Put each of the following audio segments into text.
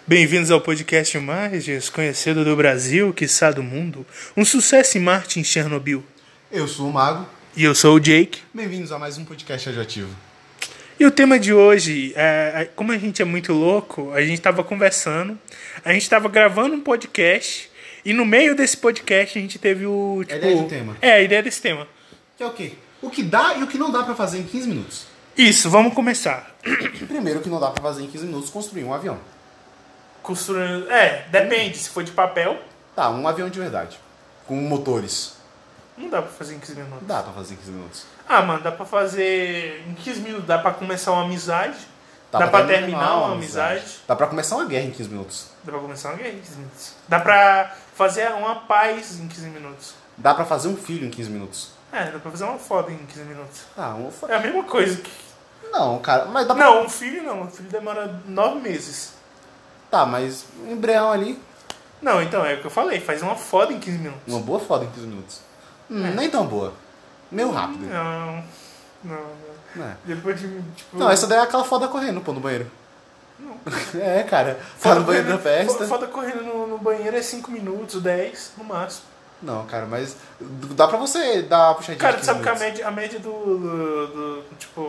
Bem-vindos ao podcast mais desconhecido do Brasil, quiçá do mundo. Um sucesso em Marte, em Chernobyl. Eu sou o Mago. E eu sou o Jake. Bem-vindos a mais um podcast radioativo. E o tema de hoje, como a gente é muito louco, a gente estava conversando, a gente estava gravando um podcast, e no meio desse podcast a gente teve o... A ideia do tema. A ideia desse tema. Que é o quê? O que dá e o que não dá pra fazer em 15 minutos. Isso, vamos começar. Primeiro, o que não dá pra fazer em 15 minutos, construir um avião. Construindo... depende, se for de papel, Tá, um avião de verdade. Com motores. não dá pra fazer em 15 minutos. Dá pra fazer em 15 minutos. Ah, mano, dá pra fazer em 15 minutos, dá pra começar uma amizade, dá pra terminar uma amizade, Dá pra começar uma guerra em 15 minutos. dá pra começar uma guerra em 15 minutos, dá pra fazer uma paz em 15 minuos. Dá pra fazer um filho em 15 minutos. Dá pra fazer uma foda em 15 minutos. Ah, É a mesma coisa que... Não, cara, mas dá pra... Não, um filho demora 9 meses. Tá, mas um embrião ali, Não, então, é o que eu falei, faz uma foda em 15 minutos. uma boa foda em 15 minutos. Nem tão boa. Meio rápido. Não. É. Depois de, tipo... Não, essa daí é aquela foda correndo, pô, no banheiro. Não. É, cara. Tá no banheiro da festa. Foda correndo no banheiro é 5 minutos, 10 no máximo. Não, cara, mas dá pra você dar uma puxadinha. Cara, de tu sabe 15 que minutos. a média do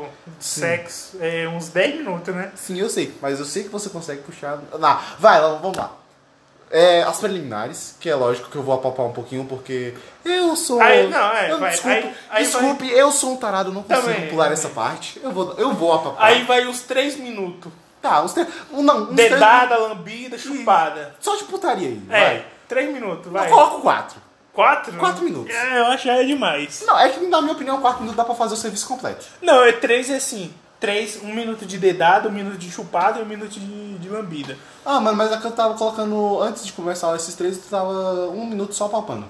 sexo é uns 10 minutos, né? Sim, eu sei, mas eu sei que você consegue puxar. Não, vai, vamos lá. As preliminares, que é lógico que eu vou apalpar um pouquinho, porque eu sou. Desculpe, eu sou um tarado, eu não consigo pular essa parte. Eu vou apalpar. Aí vai uns 3 minutos. Tá, uns 3. Não, uns Dedada, lambida, chupada. Só de putaria aí, vai. 3 minutos, vai. Eu coloco 4. 4? 4 minutos. Eu acho que é demais. Não, é que na minha opinião, 4 minutos dá pra fazer o serviço completo. Não, 3 é assim. 1 minuto de dedada, 1 minuto de chupada e 1 minuto de lambida. Ah, mano, mas é que eu tava colocando, antes de começar esses 3, eu tava 1 minuto só palpando.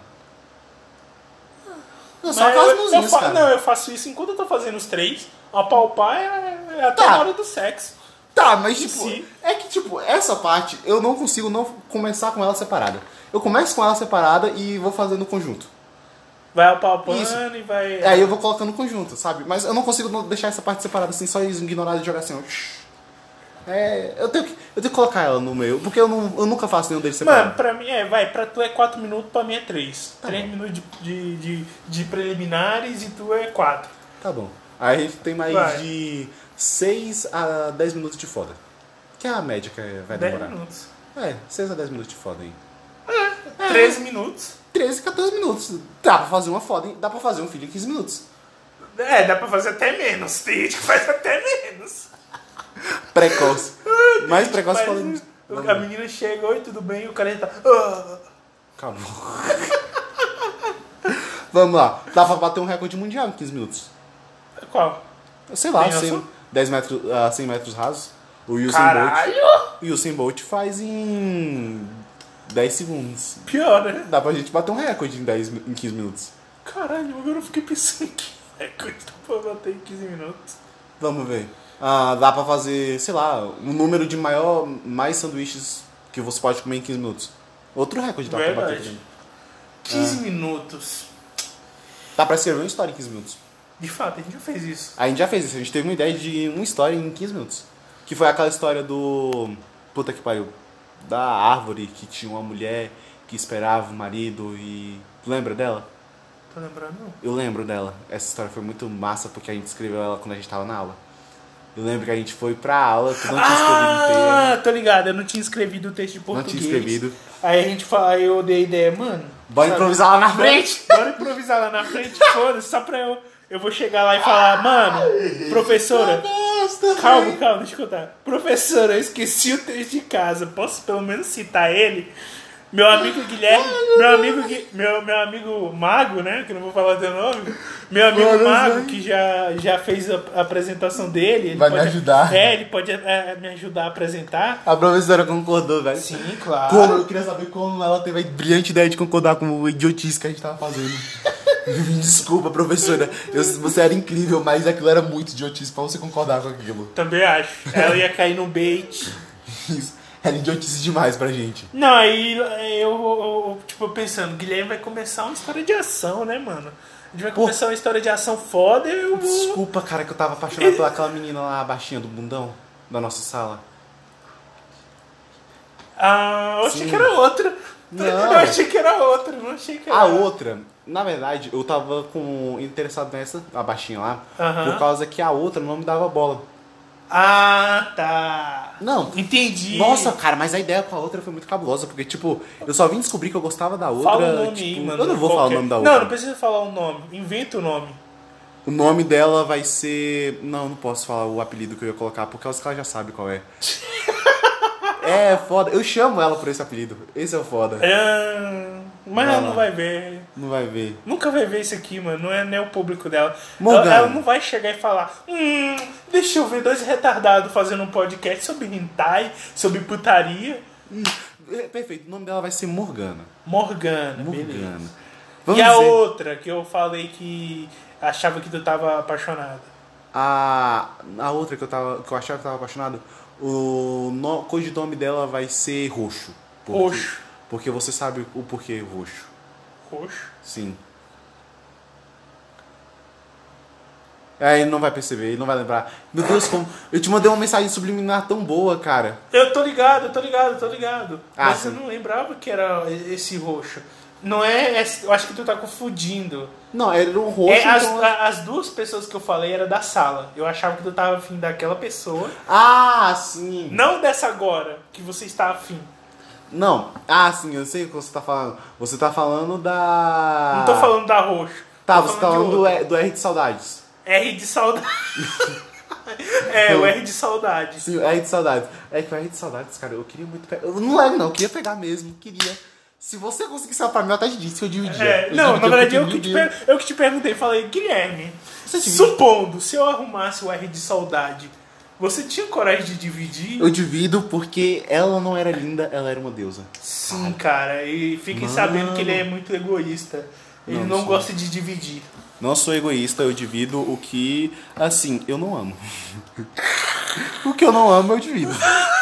Só com as mãozinhas, cara. Não, eu faço isso enquanto eu tô fazendo os 3. Apalpar é até Tá. na hora do sexo. Tá, mas tipo, Sim. é que tipo, essa parte eu não consigo não começar com ela separada. Eu começo com ela separada e vou fazendo conjunto. Vai apalpando Isso. e vai... Aí eu vou colocando conjunto, sabe? Mas eu não consigo não deixar essa parte separada assim, só ignorar e jogar assim, ó. Eu tenho que colocar ela no meio, porque eu nunca faço nenhum deles separado. Mano, pra mim pra tu é 4 minutos, pra mim é 3. Tá 3 bom. minutos de preliminares e tu é 4. Tá bom. Aí a gente tem mais Vai. de 6 a 10 minutos de foda. Que é a média que vai 10 demorar. minutos. 6 a 10 minutos de foda aí. 13 minutos. 13, 14 minutos. Dá pra fazer uma foda, hein? Dá pra fazer um filho em 15 minutos. Dá pra fazer até menos. Tem gente que faz até menos. Precoce. Mais precoce Mas falando. a menina chega, oi, tudo bem? E o cara já tá... Calma. Vamos lá. Dá pra bater um recorde mundial em 15 minutos. Qual? Sei lá, Tem noção? 10 metros, 100 metros rasos. O Caralho! Usain Bolt faz em 10 segundos. Pior, né? Dá pra gente bater um recorde em 15 minutos. Caralho, agora eu fiquei pensando que é coisa pra bater em 15 minutos. Vamos ver. Dá pra fazer, sei lá, um número de mais sanduíches que você pode comer em 15 minutos. Outro recorde dá pra bater. Verdade. 15 minutos. Dá pra escrever uma história em 15 minutos. De fato, a gente já fez isso. A gente já fez isso, a gente teve uma ideia de uma história em 15 minutos. Que foi aquela história do... Puta que pariu. Da árvore que tinha uma mulher que esperava o marido e... Tu lembra dela? Tô lembrando? Eu lembro dela. Essa história foi muito massa porque a gente escreveu ela quando a gente tava na aula. Eu lembro que a gente foi pra aula, tu não tinha escrevido inteiro. Tô ligado, eu não tinha escrevido o texto de Não português. tinha escrevido. Aí eu dei a ideia, mano. Bora sabe? improvisar lá na frente. Bora improvisar lá na frente, foda-se, só pra eu vou chegar lá e falar, mano, professora, calma, deixa eu contar. Professora, eu esqueci o texto de casa, posso pelo menos citar ele? Meu amigo Guilherme, meu amigo Mago, né, que eu não vou falar teu nome, meu amigo Mago, que já fez a apresentação dele. Ele Vai pode, me ajudar. ele pode me ajudar a apresentar. A professora concordou, velho. Sim, claro. Eu queria saber como ela teve a brilhante ideia de concordar com o idiotice que a gente tava fazendo. Desculpa, professora. Você era incrível, mas aquilo era muito idiotice pra você concordar com aquilo. Também acho. Ela ia cair no bait. Isso. Era idiotice demais pra gente. Não, aí eu pensando, Guilherme vai começar uma história de ação, né, mano? A gente vai começar uma história de ação foda e eu vou... Desculpa, cara, que eu tava apaixonado pelaquela menina lá, baixinha do bundão, da nossa sala. Ah, eu achei que era outra. Não. Eu achei que era outra, não achei que era... A outra, na verdade, eu tava interessado nessa, a baixinha lá, por causa que a outra não me dava bola. Ah, tá. Não. Entendi. Nossa, cara, mas a ideia com a outra foi muito cabulosa, porque, tipo, eu só vim descobrir que eu gostava da outra. Fala o nome tipo, aí, mano. eu não vou falar o nome da outra. Não, não precisa falar o nome. Inventa o nome. O nome dela vai ser... Não posso falar o apelido que eu ia colocar, porque eu acho que ela já sabe qual é. É, foda. Eu chamo ela por esse apelido. Esse é o foda. Mas ela não vai ver. Não vai ver. Nunca vai ver isso aqui, mano. Não é nem o público dela. Morgana. Ela não vai chegar e falar: deixa eu ver dois retardados fazendo um podcast sobre hentai, sobre putaria. Perfeito. O nome dela vai ser Morgana. Morgana. Morgana. E a outra que eu falei que achava que tu tava apaixonado? A outra que eu achava que tava apaixonado, o codinome dela vai ser Roxo. Roxo. Porque você sabe o porquê roxo. Roxo? Sim. Ele não vai perceber, ele não vai lembrar. Meu Deus, como... Eu te mandei uma mensagem subliminar tão boa, cara. Eu tô ligado. Mas sim. eu não lembrava que era esse roxo. Não é... Eu acho que tu tá confundindo. Não, era um roxo. As duas pessoas que eu falei eram da sala. Eu achava que tu tava afim daquela pessoa. Ah, sim. Não dessa agora, que você está afim. Não. Sim, eu sei o que você tá falando. Você tá falando da... Não tô falando da roxo. Tá, você tá falando do R de saudades. R de saudade. O R de saudade. Sim, o R de saudades. É que o R de saudades, cara, eu queria muito pegar. Eu não levo, não, eu queria pegar mesmo. Queria. Se você conseguisse falar pra mim, eu até te disse que eu dividia. Na verdade, eu que te perguntei. Falei, Guilherme, supondo, se eu arrumasse o R de saudade, você tinha coragem de dividir? Eu divido porque ela não era linda, ela era uma deusa. Sim, cara. E fiquem sabendo que ele é muito egoísta. Ele não gosta de dividir. Não sou egoísta, eu divido o que, assim, eu não amo. O que eu não amo, eu divido.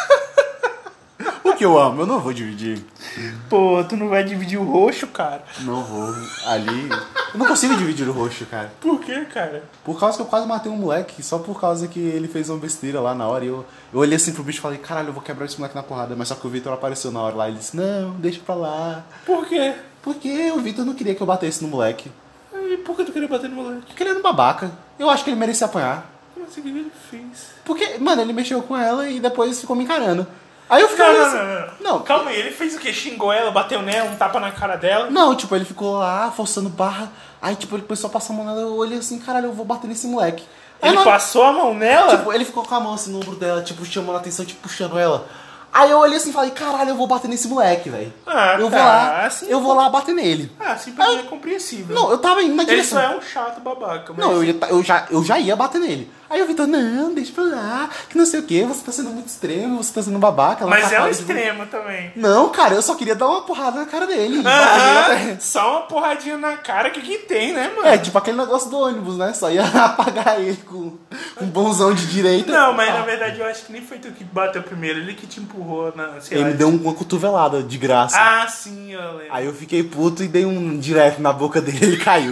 O que eu amo, eu não vou dividir. Pô, tu não vai dividir o roxo, cara? Não vou. Ali... Eu não consigo dividir o roxo, cara. Por quê, cara? Por causa que eu quase matei um moleque, só por causa que ele fez uma besteira lá na hora. E eu olhei assim pro bicho e falei, caralho, eu vou quebrar esse moleque na porrada. Mas só que o Vitor apareceu na hora lá e ele disse, não, deixa pra lá. Por quê? Porque o Vitor não queria que eu batesse no moleque. E por que tu queria bater no moleque? Porque ele era um babaca. Eu acho que ele merecia apanhar. Mas o que ele fez? Porque, mano, ele mexeu com ela e depois ficou me encarando. Aí eu fiquei Não. Calma aí, ele fez o quê? Xingou ela, bateu nela, um tapa na cara dela? Não, tipo, ele ficou lá, forçando barra. Aí, tipo, ele começou a passar a mão nela. Eu olhei assim, caralho, eu vou bater nesse moleque. Aí, Ele passou a mão nela? Tipo, ele ficou com a mão assim no ombro dela, tipo, chamando a atenção, tipo, puxando ela. Aí eu olhei assim e falei, caralho, eu vou bater nesse moleque, velho. Eu vou lá, assim, eu vou lá bater nele. Assim pra mim é compreensível. Não, eu tava indo na Ele direção. só é um chato babaca. Mas... Não, eu já ia bater nele. Aí o Vitor, não, deixa pra lá, que não sei o que, você tá sendo muito extremo, você tá sendo babaca. Mas é um extremo também. Não, cara, eu só queria dar uma porrada na cara dele. Só uma porradinha na cara que tem, né, mano? É, tipo aquele negócio do ônibus, né? Só ia apagar ele com um bonzão de direita. Não, mas na verdade eu acho que nem foi tu que bateu primeiro, ele que te empurrou na... Ele me deu uma cotovelada de graça. Ah, sim, eu lembro. Aí eu fiquei puto e dei um direto na boca dele e ele caiu.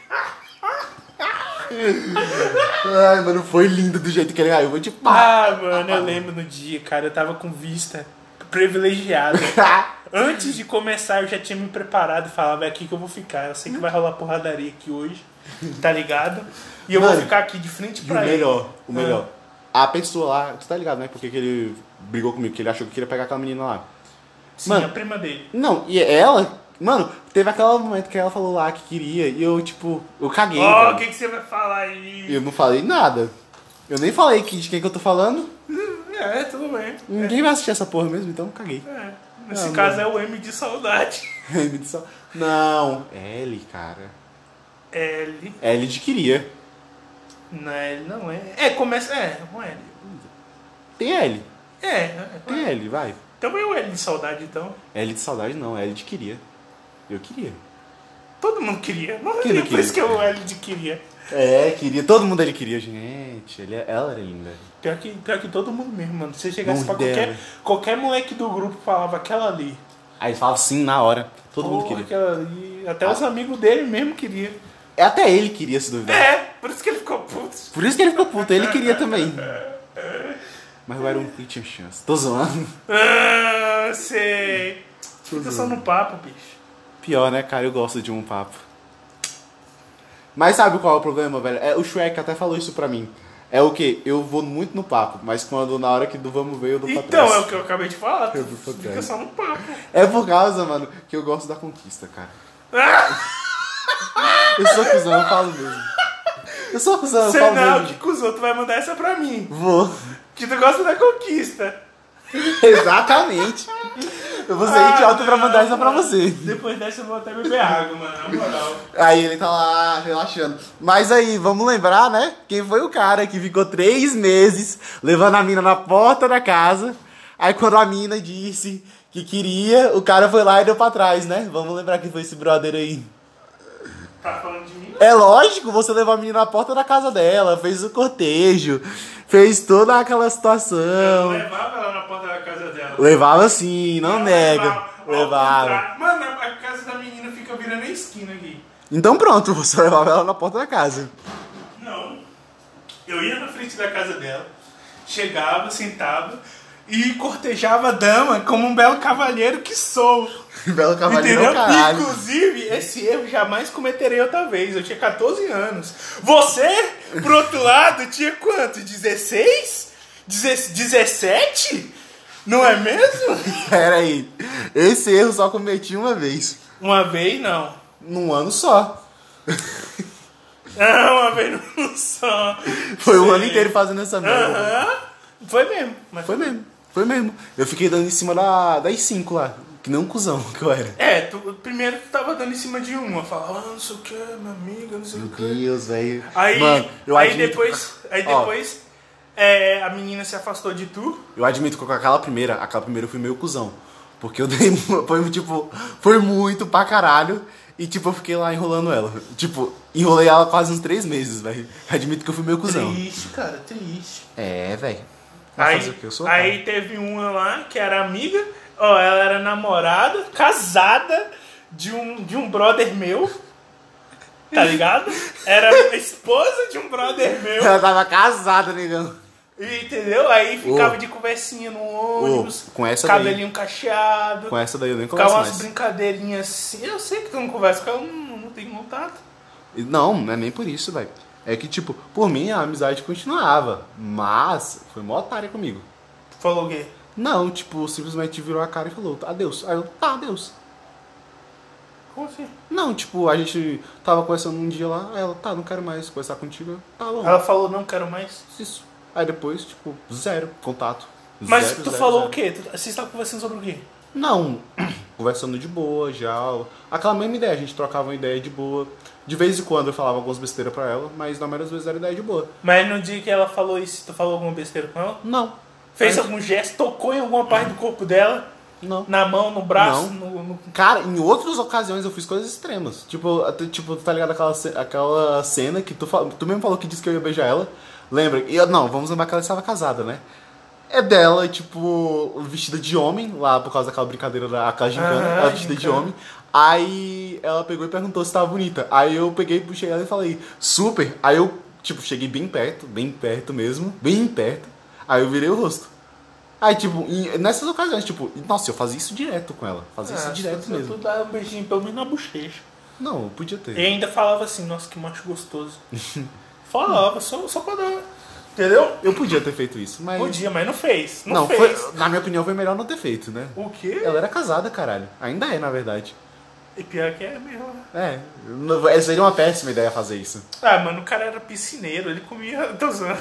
Ai, mano, foi lindo do jeito que ele caiu. Vou te mano, eu lembro no dia, cara, eu tava com vista privilegiada. Antes de começar, eu já tinha me preparado e falava, é aqui que eu vou ficar. Eu sei que vai rolar porradaria aqui hoje, tá ligado? E eu vou ficar aqui de frente pra ele. O melhor. A pessoa lá, tu tá ligado, né? Porque que ele brigou comigo, que ele achou que queria pegar aquela menina lá. Sim, mano, a prima dele. Não, e ela... Mano, teve aquele momento que ela falou lá que queria e eu, tipo, eu caguei. O que você vai falar aí? Eu não falei nada. Eu nem falei de quem que eu tô falando. Tudo bem. Ninguém vai assistir essa porra mesmo, então eu caguei. Nesse caso é o M de saudade. M de saudade. Não, L, cara. L. L de queria. Não, L não é. Começa. Com L. Tem L. Tem L, vai. Também é o L de saudade, então. L de saudade não, L de queria. Eu queria. Todo mundo queria. Não, Quem não por queria? isso que é o L de queria. Queria. Todo mundo ele queria, gente. Ela era linda. Pior que todo mundo mesmo, mano. Se você chegasse Não pra qualquer moleque do grupo falava aquela ali. Aí ele falava sim na hora. Todo mundo queria. Aquela ali. Até os amigos dele mesmo queriam. Até ele queria, se duvidar. Por isso que ele ficou puto. Por isso que ele ficou puto, ele queria também. Mas o Iron Fist tinha chance. Tô zoando. Você fica só no papo, bicho. Pior, né, cara? Eu gosto de um papo. Mas sabe qual é o problema, velho? O Shrek até falou isso pra mim. É o quê? Eu vou muito no papo, mas quando na hora que do vamos ver, eu dou pra trás. Então, é o que eu acabei de falar. Tu Eu dou pra fica trás. só no papo. É por causa, mano, que eu gosto da conquista, cara. Eu sou cuzão, eu falo mesmo. Eu sou cuzão, eu Você falo não, mesmo. que cuzão, tu vai mandar essa pra mim. Vou. Que tu gosta da conquista. Exatamente. Eu vou ser idiota pra mandar essa pra você. Depois dessa eu vou até beber água, mano, na moral. Aí ele tá lá relaxando. Mas aí, vamos lembrar, né? Quem foi o cara que ficou 3 meses levando a mina na porta da casa. Aí quando a mina disse que queria, o cara foi lá e deu pra trás, né? Vamos lembrar quem foi esse brother aí. Tá falando de mim? É lógico, você levou a menina na porta da casa dela, fez o cortejo, fez toda aquela situação. Eu não levava ela na porta da casa dela. Levava sim, não nega. Ao Levava. contrário. Mano, a casa da menina fica virando a esquina aqui. Então pronto, você levava ela na porta da casa. Não. Eu ia na frente da casa dela, chegava, sentava e cortejava a dama como um belo cavalheiro que sou. Belo cavaleiro, Entendeu? caralho. Inclusive, esse erro jamais cometerei outra vez. Eu tinha 14 anos. Você, por outro lado, tinha quanto? 16? 17? Não é mesmo? Pera aí, esse erro só cometi uma vez. Uma vez, não. Num ano só. Não, uma vez não só. Foi o Sei. ano inteiro fazendo essa merda. Aham. Foi mesmo. Mas Foi mesmo, foi mesmo. Eu fiquei dando em cima das 5 lá. Que nem um cuzão que eu era. Primeiro tu tava dando em cima de uma. Falava, não sei o que, minha amiga, não sei Meu o que. Deus, velho. Aí, Mano, eu aí admito... depois a menina se afastou de tu. Eu admito que com aquela primeira eu fui meio cuzão. Porque eu dei. Foi muito pra caralho. E tipo, eu fiquei lá enrolando ela. Tipo, enrolei ela quase uns 3 meses, velho. Admito que eu fui meio cuzão. Triste, cara, triste. É, velho. Fazer o quê? Eu sou Aí teve uma lá que era amiga. Ó, ela era namorada, casada de um brother meu. Tá ligado? Era esposa de um brother meu. Ela tava casada, negão. Entendeu? Aí ficava de conversinha no ônibus, com essa cabelinho cacheado, Com essa daí eu nem ficava converso umas mais. brincadeirinhas assim. Eu sei que tu não conversa, porque eu não tenho contato. Não é nem por isso, velho. É que, tipo, por mim a amizade continuava. Mas foi mó otária comigo. Tu falou o quê? Não, tipo, simplesmente virou a cara e falou, adeus. Aí eu, tá, adeus. Como assim? Não, tipo, a gente tava conversando um dia lá, aí ela, tá, não quero mais conversar contigo. Eu, tá bom. Ela falou, não quero mais. Isso. Aí depois, tipo, zero contato. Mas Zero, tu zero, falou zero. o quê? Vocês estavam conversando sobre o quê? Não, conversando de boa, já. Aquela mesma ideia, a gente trocava uma ideia de boa. De vez em quando eu falava algumas besteiras pra ela, mas na maioria das vezes era ideia de boa. Mas no dia que ela falou isso, tu falou alguma besteira com ela? Não. Fez Mas- algum gesto, tocou em alguma parte do corpo dela? Não. Na mão, no braço? Não. No... Cara, em outras ocasiões eu fiz coisas extremas. Tipo, tá ligado aquela cena que tu mesmo falou que disse que eu ia beijar ela. Lembra? Não, vamos lembrar que ela estava casada, né? É dela, tipo, vestida de homem, lá por causa daquela brincadeira daquela gincana, ela vestida de gincana. homem. Aí ela pegou e perguntou se tava bonita. Aí eu peguei, puxei ela e falei, super. Aí eu, tipo, cheguei bem perto mesmo, bem perto. Aí eu virei o rosto. Aí, tipo, nessas ocasiões, tipo, nossa, eu fazia isso direto com ela. Fazia isso direto mesmo. Tu dava um beijinho pelo menos na bochecha. Não, eu podia ter. E ainda falava assim, nossa, que macho gostoso. Falava, só pra dar. Entendeu? Eu podia ter feito isso, mas... Podia, mas não fez. Não, fez. na minha opinião, foi melhor não ter feito, né? O quê? Ela era casada, caralho. Ainda é, na verdade. E pior que é mesmo. Seria uma péssima ideia fazer isso. Ah, mano, o cara era piscineiro, ele comia. Tô zoando.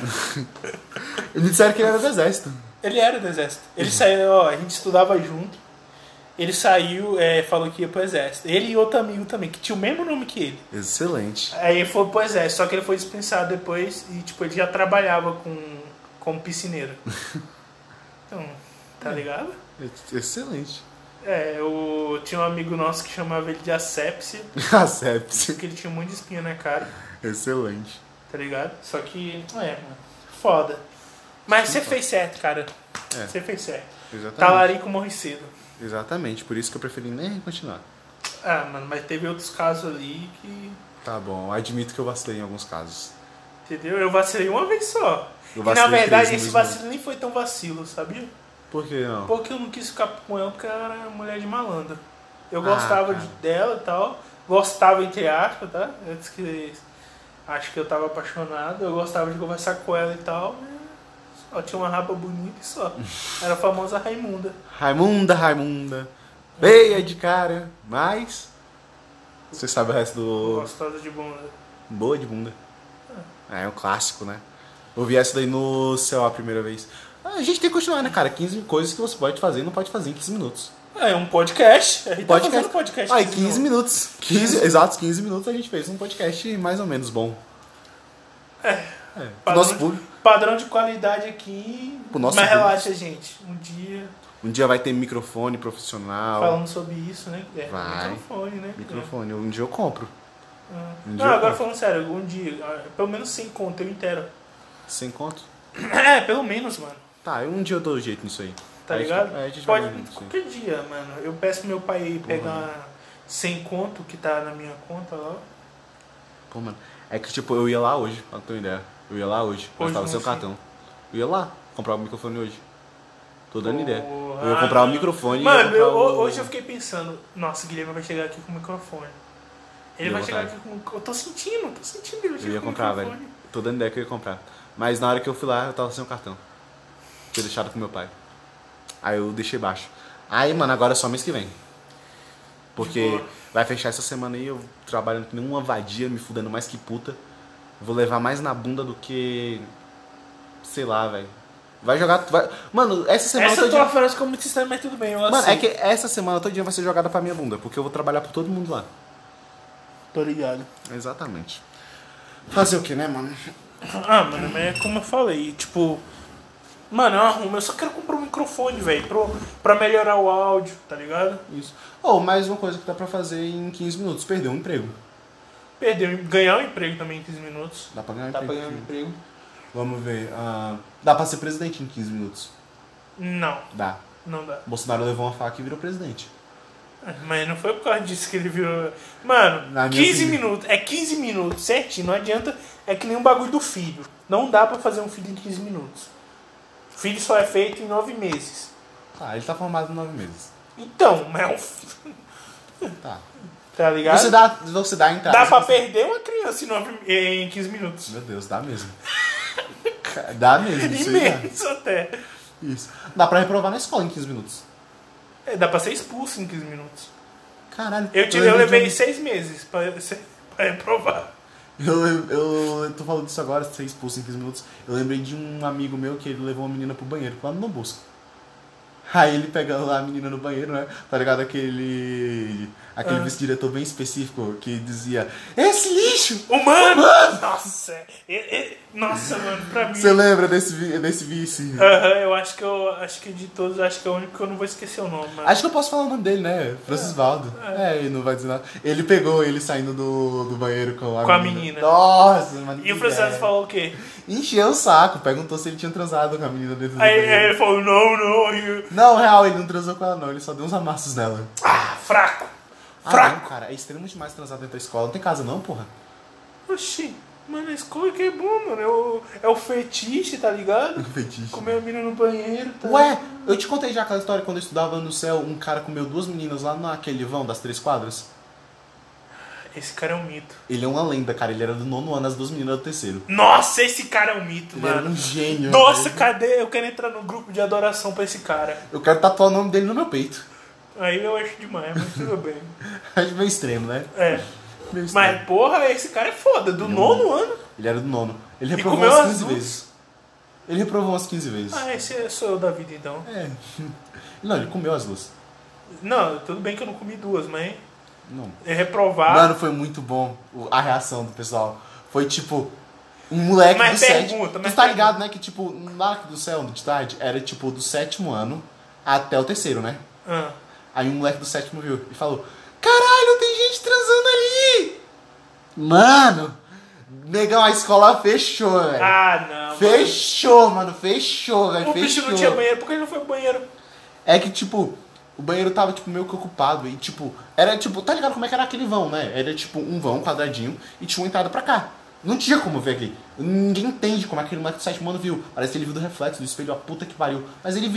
Me disseram que ele era do exército. Ele era do exército. Ele saiu, ó, a gente estudava junto. Ele saiu, falou que ia pro exército. Ele e outro amigo também, que tinha o mesmo nome que ele. Excelente. Aí ele foi pro exército, só que ele foi dispensado depois e, tipo, ele já trabalhava como piscineiro. Então, tá ligado? Excelente. Tinha um amigo nosso que chamava ele de asepsia, Asepsia. porque ele tinha um monte de espinha na cara, Excelente. tá ligado? Só que, mano, foda. Mas você fez certo, cara. Você fez certo. Exatamente. Talarico morre cedo. Exatamente, por isso que eu preferi nem continuar. Ah, mano, mas teve outros casos ali que... Tá bom, admito que eu vacilei em alguns casos. Entendeu? Eu vacilei uma vez só. Eu E na vacilei verdade 3 no esse mesmo vacilo nem foi tão vacilo, sabia? Por que não? Porque eu não quis ficar com ela porque ela era mulher de malandro. Eu gostava dela e tal. Gostava entre aspas, tá? Antes que acho que eu tava apaixonado. Eu gostava de conversar com ela e tal. Só tinha uma raba bonita e só. Era a famosa Raimunda. Raimunda. Veia de cara. Mas... Você sabe o resto do... Gostosa de bunda. Boa de bunda. É um clássico, né? Eu vi essa daí no céu a primeira vez. A gente tem que continuar, né, cara? 15 coisas que você pode fazer e não pode fazer em 15 minutos. É um podcast. A gente tá fazendo podcast. Aí, 15 minutos. 15, exatos 15 minutos a gente fez um podcast mais ou menos bom. Nosso público. Padrão de qualidade aqui. Mas relaxa, gente. Um dia vai ter microfone profissional. Falando sobre isso, né? Vai. Microfone, né? Microfone. Um dia eu compro. Não, agora falando sério, um dia, pelo menos 100 conto, eu inteiro. 100 conto? É, pelo menos, mano. Tá, um dia eu dou jeito nisso aí. Tá ligado? A gente Pode, vai qualquer dia, mano. Eu peço pro meu pai pegar 100 conto que tá na minha conta lá. Pô, mano, é que tipo, eu ia lá hoje, pra não ter uma ideia. Eu ia lá hoje, gastava seu cartão. Eu ia lá, comprar o microfone hoje. Tô dando ideia. Eu ia comprar o microfone e mano, hoje eu fiquei pensando, nossa, o Guilherme vai chegar aqui com o microfone. Ele vai chegar aqui com... Eu tô sentindo ele. Eu ia comprar, velho. Tô dando ideia que eu ia comprar. Mas na hora que eu fui lá, eu tava sem o cartão. Tinha deixado com meu pai. Aí eu deixei baixo. Aí, mano, agora é só mês que vem. Porque vai fechar essa semana aí, eu trabalhando que nem uma vadia, me fudendo mais que puta. Vou levar mais na bunda do que... Sei lá, velho. Vai jogar... Mano, essa semana... Essa tua frase ficou muito estranha, mas tudo bem. Mano, é que essa semana todinha vai ser jogada pra minha bunda. Porque eu vou trabalhar por todo mundo lá. Tô ligado. Exatamente. Fazer o que, né, mano? Mano, mas é como eu falei, tipo... Mano, eu só quero comprar um microfone, velho, pra melhorar o áudio, tá ligado? Isso. Mais uma coisa que dá pra fazer em 15 minutos, perder um emprego. Ganhar um emprego também em 15 minutos. Dá pra ganhar um emprego. Vamos ver. Dá pra ser presidente em 15 minutos. Não. Dá. Não dá. Bolsonaro levou uma faca e virou presidente. Mas não foi por causa disso que ele virou... Mano, 15 minutos. É 15 minutos, certinho. Não adianta. É que nem um bagulho do filho. Não dá pra fazer um filho em 15 minutos. Filho só é feito em 9 meses. Tá, ele tá formado em 9 meses. Então, mas é um filho. Tá. Tá ligado? Você dá a entrada. Dá pra perder uma criança em 15 minutos. Meu Deus, dá mesmo. Dá mesmo. Isso Imenso até. Isso. Dá pra reprovar na escola em 15 minutos. Dá pra ser expulso em 15 minutos. Caralho. Eu levei 6 meses pra reprovar. Eu tô falando disso agora, ser expulso em 15 minutos. Eu lembrei de um amigo meu que ele levou uma menina pro banheiro, lá no Dom Bosco. Aí ele pega lá a menina no banheiro, né? Tá ligado? Aquele vice-diretor bem específico que dizia: esse lixo! Humano! Nossa! Nossa, mano, pra mim. Você lembra desse vice? Eu acho que de todos, acho que é o único que eu não vou esquecer o nome. Mano. Acho que eu posso falar o nome dele, né? Francisvaldo. Ele não vai dizer nada. Ele pegou ele saindo do banheiro com a menina. Nossa, mano. E o Francisco falou o quê? Encheu o saco, perguntou se ele tinha transado com a menina dentro do banheiro. Aí ele falou: não. Não, real, ele não transou com ela, não. Ele só deu uns amassos nela. Fraco! Não, cara, é extremamente mais transado dentro da escola. Não tem casa, não, porra. Oxi, mano, a escola que é bom, mano. É o fetiche, tá ligado? O fetiche. Comer a menina no banheiro, tá? Ué, eu te contei já aquela história quando eu estudava no céu, um cara comeu 2 meninas lá naquele vão das 3 quadras? Esse cara é um mito. Ele é uma lenda, cara. Ele era do 9º ano, as 2 meninas do 3º. Nossa, esse cara é um mito, ele mano. Ele era um gênio. Nossa, cadê? Eu quero entrar no grupo de adoração pra esse cara. Eu quero tatuar o nome dele no meu peito. Aí eu acho demais, mas tudo bem. Acho meio extremo, né? Meio extremo. Mas, porra, esse cara é foda. Do 9º ano. Ele era do 9º. Ele reprovou umas 15 vezes. Ele reprovou umas 15 vezes. Esse sou eu da vida, então. Não, ele comeu as 2. Não, tudo bem que eu não comi 2, mas... Não. É reprovar. Mano, foi muito bom a reação do pessoal. Foi tipo... Um moleque do 7º. Tu tá ligado, né? Que tipo, lá do céu, de tarde, era tipo do 7º ano até o 3º, né? Aí um moleque do 7º viu e falou: caralho, tem gente transando ali! Mano, negão, a escola fechou, velho. Não. Fechou, mano, fechou, velho. O bicho não tinha banheiro, por que ele não foi pro banheiro? É que, tipo, o banheiro tava, tipo, meio que ocupado. E, tipo, era, tipo, tá ligado como é que era aquele vão, né? Era, tipo, um vão quadradinho e tinha uma entrada pra cá. Não tinha como ver aqui. Ninguém entende como aquele moleque do 7º ano viu. Parece que ele viu do reflexo do espelho, a puta que pariu. Mas ele viu.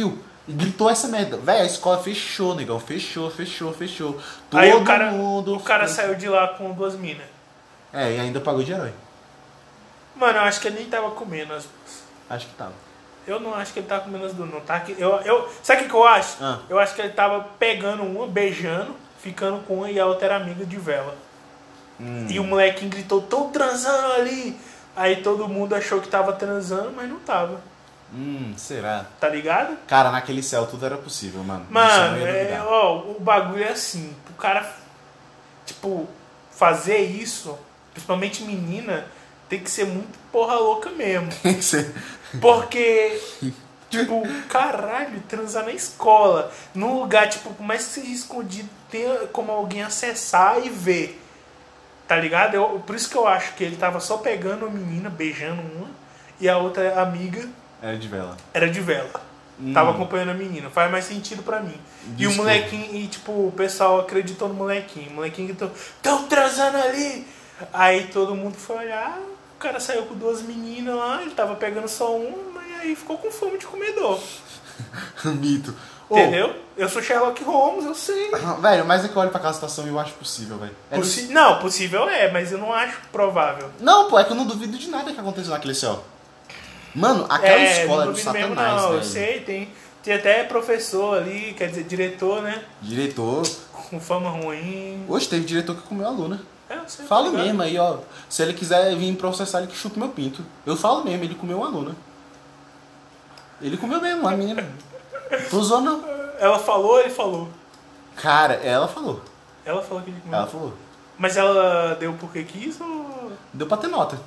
E gritou essa merda. Véi, a escola fechou, negão. Fechou. Todo Aí mundo... o cara saiu de lá com 2 minas. É, e ainda pagou de herói. Mano, eu acho que ele nem tava comendo as duas. Acho que tava. Eu não acho que ele tava comendo as duas, não. Tá? Sabe o que eu acho? Eu acho que ele tava pegando uma, beijando, ficando com uma e a outra era amiga de vela. E o molequinho gritou, tão transando ali. Aí todo mundo achou que tava transando, mas não tava. Será? Tá ligado? Cara, naquele céu tudo era possível, mano. Mano, o bagulho é assim. O cara, tipo, fazer isso, principalmente menina, tem que ser muito porra louca mesmo. Porque, tipo, caralho, transar na escola. Num lugar, tipo, por mais que seja escondido, ter como alguém acessar e ver. Tá ligado? Por isso que eu acho que ele tava só pegando a menina, beijando uma, e a outra amiga Era de vela. Tava acompanhando a menina. Faz mais sentido pra mim. Desculpa. E o molequinho, e tipo, o pessoal acreditou no molequinho. O molequinho gritou, tão transando ali! Aí todo mundo foi olhar, o cara saiu com 2 meninas lá, ele tava pegando só uma, mas aí ficou com fome de comedor. Mito. Entendeu? Eu sou Sherlock Holmes, eu sei. Velho, mas é que eu olho pra aquela situação e eu acho possível, velho. Não, possível é, mas eu não acho provável. Não, pô, é que eu não duvido de nada que aconteceu naquele céu. Mano, aquela escola era do Satanás, não, velho. Eu sei, tem até professor ali, quer dizer, diretor, né? Diretor. Com fama ruim. Hoje teve diretor que comeu aluna. Eu sei. Falo mesmo aí, ó. Se ele quiser vir processar, ele que chupa meu pinto. Eu falo mesmo, ele comeu uma aluna. Ele comeu mesmo, uma menina. Tô zoando, não. Ela falou ou ele falou? Cara, ela falou. Ela falou que ele comeu. Ela falou. Mas ela deu porque quis ou... Deu pra ter nota.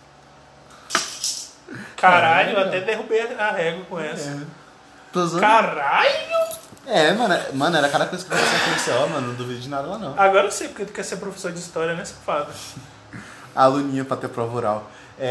Caralho, eu até derrubei a régua com essa. Tô zoando. Caralho! Mano, era cada coisa que você aconteceu, ó, mano, não duvido de nada lá não. Agora eu sei porque tu quer ser professor de história, né, safado? Aluninha pra ter prova oral.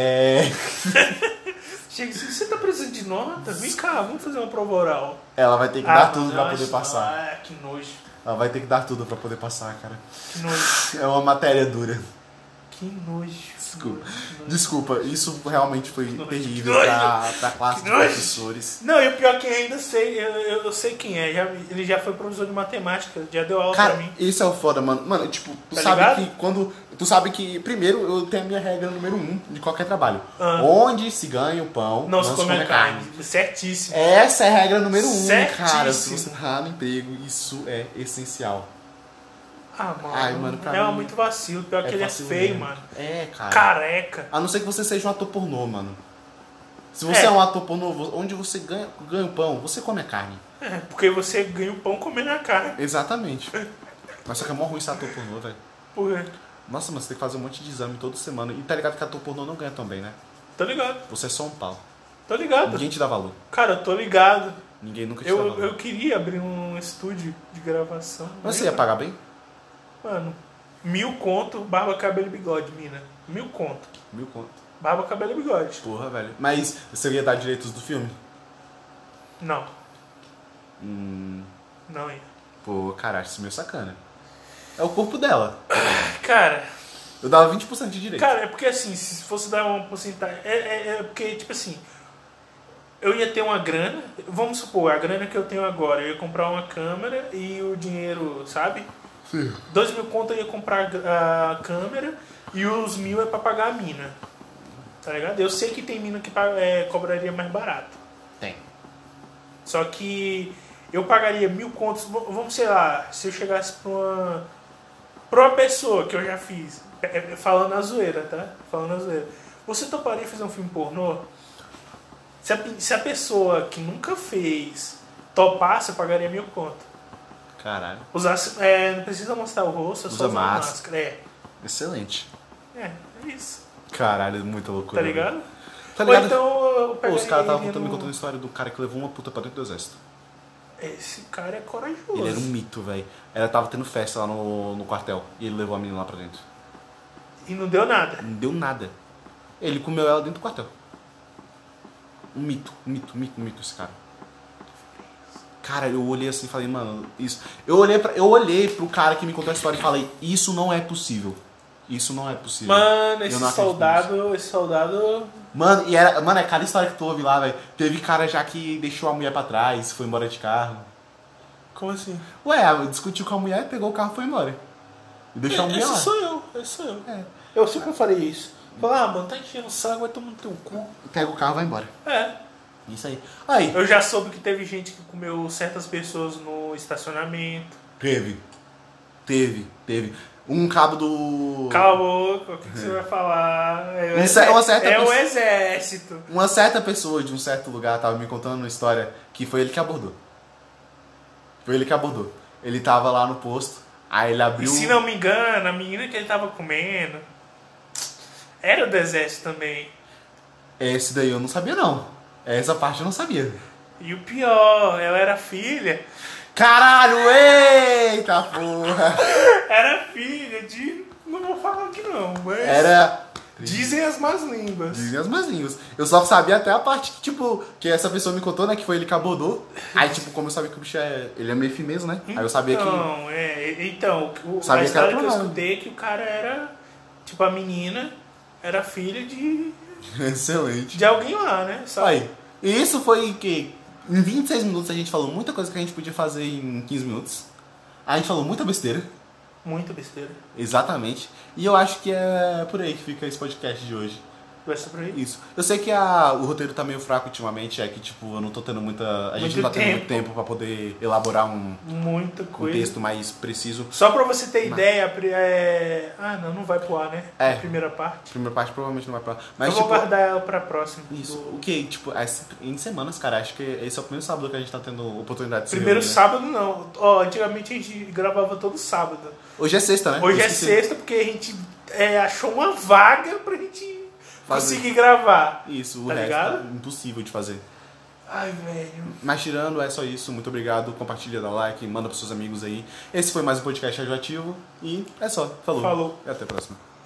Chega assim, você tá precisando de nota? Vem cá, vamos fazer uma prova oral. Ela vai ter que dar tudo pra poder passar. Ah, que nojo. Ela vai ter que dar tudo pra poder passar, cara. Que nojo. É uma matéria dura. Que nojo. Desculpa, isso realmente foi terrível pra classe de professores. Não, e o pior é que ainda sei, eu sei quem é. Ele já foi professor de matemática, já deu aula cara, pra mim. Isso é o foda, mano. Mano, tipo, tu Tá sabe ligado? que quando. Tu sabe que, primeiro, eu tenho a minha regra número 1 de qualquer trabalho. Onde se ganha o pão, não se come carne. Certíssimo. Essa é a regra número 1, Certíssimo. cara. Se você tá no emprego, isso é essencial. Ah, mano. Ai, mano, pra é mim, muito vacilo. Pior que ele é feio, mano. É, cara. Careca. A não ser que você seja um ator pornô, mano. Se você é um ator pornô, onde você ganha o pão, você come a carne. É, porque você ganha o pão comendo a carne. Exatamente. Mas só que é mó ruim ser ator pornô, velho. Por quê? Nossa, mano, você tem que fazer um monte de exame toda semana. E tá ligado que ator pornô não ganha tão bem, né? Tô ligado. Você é só um pau. Tô ligado. Ninguém te dá valor. Cara, eu tô ligado. Ninguém nunca te dá valor. Eu queria abrir um estúdio de gravação. Mas você ia pagar bem? Mano, 1.000 conto, barba, cabelo e bigode, mina. 1.000 conto. 1.000 conto. Barba, cabelo e bigode. Porra, velho. Mas você ia dar direitos do filme? Não. Não ia. Pô, caralho, isso é meio sacana. É o corpo dela. Cara... Eu dava 20% de direito. Cara, é porque assim, se fosse dar uma porcentagem... É porque, tipo assim... Eu ia ter uma grana... Vamos supor, a grana que eu tenho agora. Eu ia comprar uma câmera e o dinheiro, sabe? Sim. 2.000 conto eu ia comprar a câmera e os 1.000 é pra pagar a mina. Tá ligado? Eu sei que tem mina que cobraria mais barato. Tem. Só que eu pagaria 1.000 contos. Vamos, sei lá, se eu chegasse pra uma pessoa que eu já fiz, falando na zoeira, tá? Falando na zoeira. Você toparia fazer um filme pornô? Se a pessoa que nunca fez topasse, eu pagaria 1.000 conto. Caralho. Não precisa mostrar o rosto, Usa só usar máscara. máscara. Excelente. É isso. Caralho, é muita loucura. Tá ligado? Tá ligado? Ou então eu pegaria os caras estavam me no... contando a história do cara que levou uma puta pra dentro do exército. Esse cara é corajoso. Ele era um mito, velho. Ela tava tendo festa lá no quartel e ele levou a menina lá pra dentro. E não deu nada. Não deu nada. Ele comeu ela dentro do quartel. Um mito esse cara. Cara, eu olhei assim e falei, mano, isso... Eu olhei pro cara que me contou a história e falei, isso não é possível. Isso não é possível. Mano, esse soldado Mano, e era, mano, é cada história que tu ouve lá, velho. Teve cara já que deixou a mulher pra trás, foi embora de carro. Como assim? Ué, discutiu com a mulher, pegou o carro e foi embora. E deixou a mulher lá. Esse sou eu. É. Eu sempre falei isso. Falar, mano, tá enchendo o saco, vai tomar no teu cu. Pega o carro e vai embora. É. Isso aí. Aí. Eu já soube que teve gente que comeu certas pessoas no estacionamento. Teve. Um cabo do... Cala a boca, o que você vai falar? O exército. Uma certa pessoa de um certo lugar tava me contando uma história que foi ele que abordou. Ele tava lá no posto, aí ele abriu... E se não me engano, a menina que ele tava comendo era do exército também. Esse daí eu não sabia, não. Essa parte eu não sabia. E o pior, ela era filha. Caralho, eita porra! Era filha de... Não vou falar aqui não, mas... Era... Dizem as más línguas. Dizem as más línguas. Eu só sabia até a parte que, tipo, que essa pessoa me contou, né? Que foi ele que abordou. Aí, tipo, como eu sabia que o bicho ele é meio firmeza, né? Aí eu sabia que... A história que eu escutei é que o cara era... Tipo, a menina era filha de... Excelente. De alguém lá, né? Sabe? Aí, e isso foi que... Em 26 minutos a gente falou muita coisa que a gente podia fazer em 15 minutos. A gente falou muita besteira. Muita besteira. Exatamente. E eu acho que é por aí que fica esse podcast de hoje. Vai ser por aí? Isso. Eu sei que o roteiro tá meio fraco ultimamente, é que tipo, eu não tô tendo a gente não tá tendo muito tempo pra poder elaborar um texto mais preciso. Só pra você ter ideia, não vai pro ar, né? É. A primeira parte. A primeira parte provavelmente não vai pro ar. Mas, eu vou guardar ela pra próxima. Isso. O que, tipo, em semanas, cara, acho que esse é o primeiro sábado que a gente tá tendo oportunidade de se Primeiro reunir, né? sábado não. Ó, antigamente a gente gravava todo sábado. Hoje é sexta, né? Hoje é sexta porque a gente achou uma vaga pra gente conseguir gravar. Isso, o tá resto ligado? é impossível de fazer. Ai, velho. Mas tirando, é só isso. Muito obrigado. Compartilha, dá like, manda pros seus amigos aí. Esse foi mais um podcast radioativo. E é só. Falou. Falou. E até a próxima.